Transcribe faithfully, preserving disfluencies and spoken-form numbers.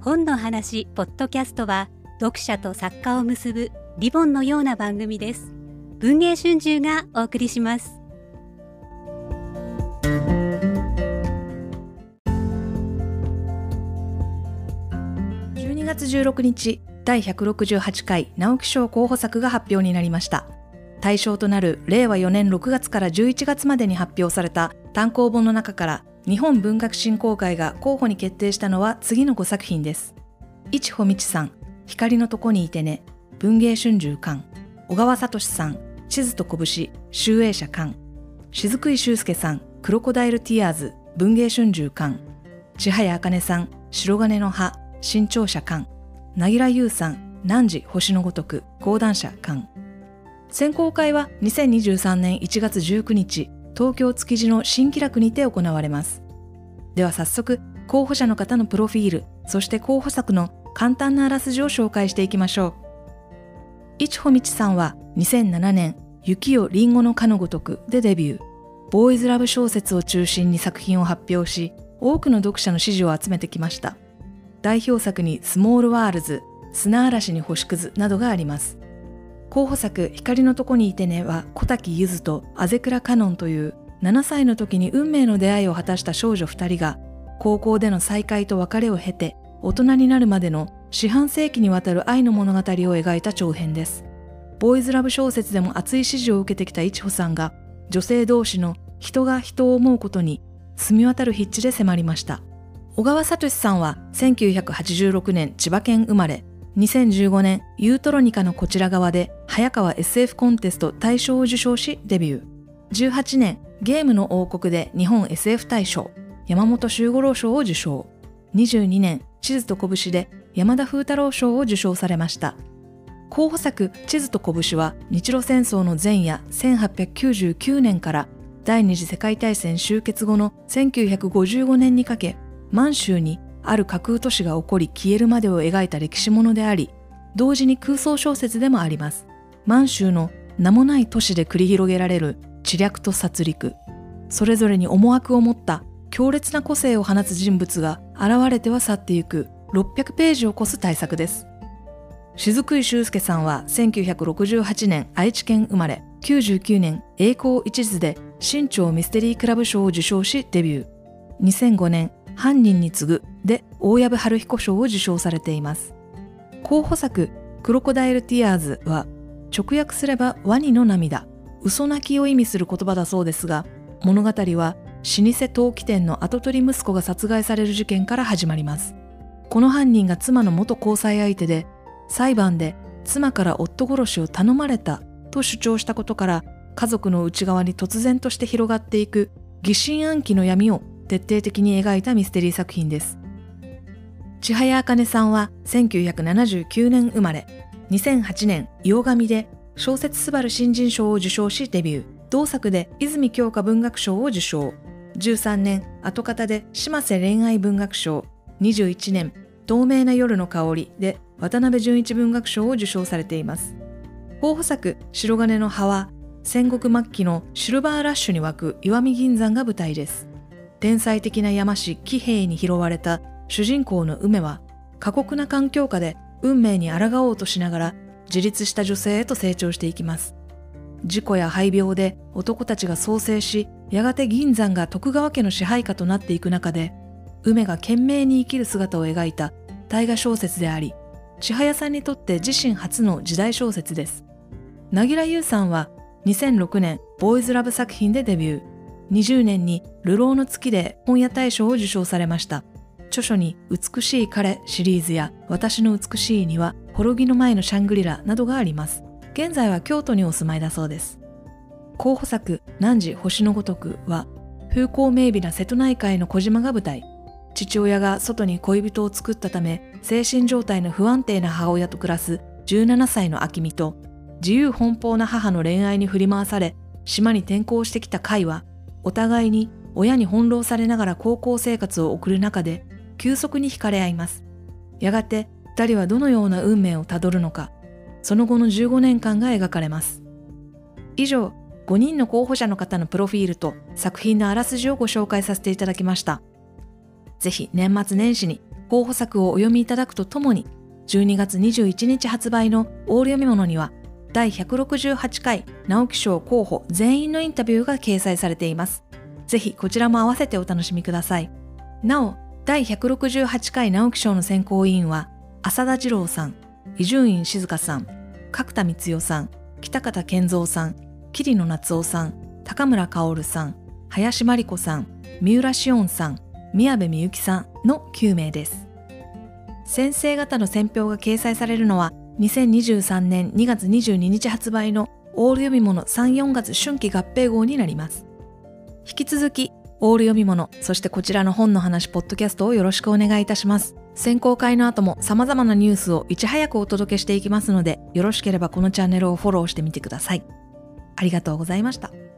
本の話ポッドキャストは読者と作家を結ぶリボンのような番組です。文藝春秋がお送りします。 じゅうにがつじゅうろくにち、だいひゃくろくじゅうはちかい直木賞候補作が発表になりました。対象となるれいわよねんろくがつからじゅういちがつまでに発表された単行本の中から日本文学振興会が候補に決定したのは次のごさくひんです。市穂道さん、光のとこにいてね、文藝春秋巻。小川聡さん、地図と拳、集英社巻。雫井修介さん、クロコダイルティアーズ、文藝春秋巻。千早茜さん、白金の葉、新潮社巻。凪良優さん、汝、星のごとく、講談社巻。選考会はにせんにじゅうさんねんいちがつじゅうくにち、東京築地の新喜楽にて行われます。では早速、候補者の方のプロフィール、そして候補作の簡単なあらすじを紹介していきましょう。市穂道さんはにせんななねん、雪よりんごのかのごとくでデビュー。ボーイズラブ小説を中心に作品を発表し、多くの読者の支持を集めてきました。代表作にスモールワールズ、砂嵐に星屑などがあります。候補作光のとこにいてねは小滝ゆずと畔倉香音というななさいの時に運命の出会いを果たした少女ふたりが高校での再会と別れを経て大人になるまでの四半世紀にわたる愛の物語を描いた長編です。ボーイズラブ小説でも熱い支持を受けてきた市穂さんが女性同士の人が人を思うことに澄み渡る筆致で迫りました。小川聡さんはせんきゅうひゃくはちじゅうろくねん千葉県生まれ、にせんじゅうごねんユートロニカのこちら側で早川 エスエフ コンテスト大賞を受賞しデビュー。じゅうはちねんゲームの王国で日本 エスエフ 大賞、山本周五郎賞を受賞。にじゅうにねん地図と拳で山田風太郎賞を受賞されました。候補作地図と拳は日露戦争の前夜せんはっぴゃくきゅうじゅうきゅうねんから第二次世界大戦終結後のせんきゅうひゃくごじゅうごねんにかけ、満州にある架空都市が起こり消えるまでを描いた歴史ものであり、同時に空想小説でもあります。満州の名もない都市で繰り広げられる知略と殺戮、それぞれに思惑を持った強烈な個性を放つ人物が現れては去ってゆくろっぴゃくページを超す大作です。雫井修介さんはせんきゅうひゃくろくじゅうはちねん愛知県生まれ、きゅうじゅうきゅうねん栄光一途で新潮ミステリークラブ賞を受賞しデビュー。にせんごねん犯人に次ぐで大藪春彦賞を受賞されています。候補作クロコダイルティアーズは直訳すればワニの涙、嘘泣きを意味する言葉だそうですが、物語は老舗陶器店の跡取り息子が殺害される事件から始まります。この犯人が妻の元交際相手で、裁判で妻から夫殺しを頼まれたと主張したことから、家族の内側に突然として広がっていく疑心暗鬼の闇を徹底的に描いたミステリー作品です。千早茜さんはせんきゅうひゃくななじゅうきゅうねん生まれ、にせんはちねん洋紙で小説すばる新人賞を受賞しデビュー。同作で泉鏡花文学賞を受賞。じゅうさんねん後方で島瀬恋愛文学賞、にじゅういちねん透明な夜の香りで渡辺淳一文学賞を受賞されています。候補作白金の葉は戦国末期のシルバーラッシュに沸く石見銀山が舞台です。天才的な山師喜兵衛に拾われた主人公の梅は過酷な環境下で運命に抗おうとしながら自立した女性へと成長していきます。事故や肺病で男たちが創生し、やがて銀山が徳川家の支配下となっていく中で、梅が懸命に生きる姿を描いた大河小説であり、千早さんにとって自身初の時代小説です。凪良優さんはにせんろくねんボーイズラブ作品でデビュー。にじゅうねんに流浪の月で本屋大賞を受賞されました。著書に美しい彼シリーズや私の美しい庭、滅びの前のシャングリラなどがあります。現在は京都にお住まいだそうです。候補作汝、星のごとくは風光明媚な瀬戸内海の小島が舞台。父親が外に恋人を作ったため精神状態の不安定な母親と暮らすじゅうななさいの明美と自由奔放な母の恋愛に振り回され島に転校してきた海は、お互いに親に翻弄されながら高校生活を送る中で急速に惹かれ合います。やがて二人はどのような運命をたどるのか、その後のじゅうごねんかんが描かれます。以上、ごにんの候補者の方のプロフィールと作品のあらすじをご紹介させていただきました。ぜひ年末年始に候補作をお読みいただくとともに、じゅうにがつにじゅういちにち発売のオール読み物には、だいひゃくろくじゅうはちかい直木賞候補全員のインタビューが掲載されています。ぜひこちらも合わせてお楽しみください。なお、だいひゃくろくじゅうはちかい直木賞の選考委員は、浅田次郎さん、伊集院静香さん、角田光代さん、北方健三さん、桐野夏夫さん、高村薫さん、林真理子さん、三浦紫音さん、宮部みゆきさんのきゅうめいです。先生方の選評が掲載されるのは、にせんにじゅうさんねんにがつにじゅうににち発売のオール読み物さん、よんがつ春季合併号になります。引き続き、オール読み物、そしてこちらの本の話ポッドキャストをよろしくお願いいたします。選考会の後も様々なニュースをいち早くお届けしていきますので、よろしければこのチャンネルをフォローしてみてください。ありがとうございました。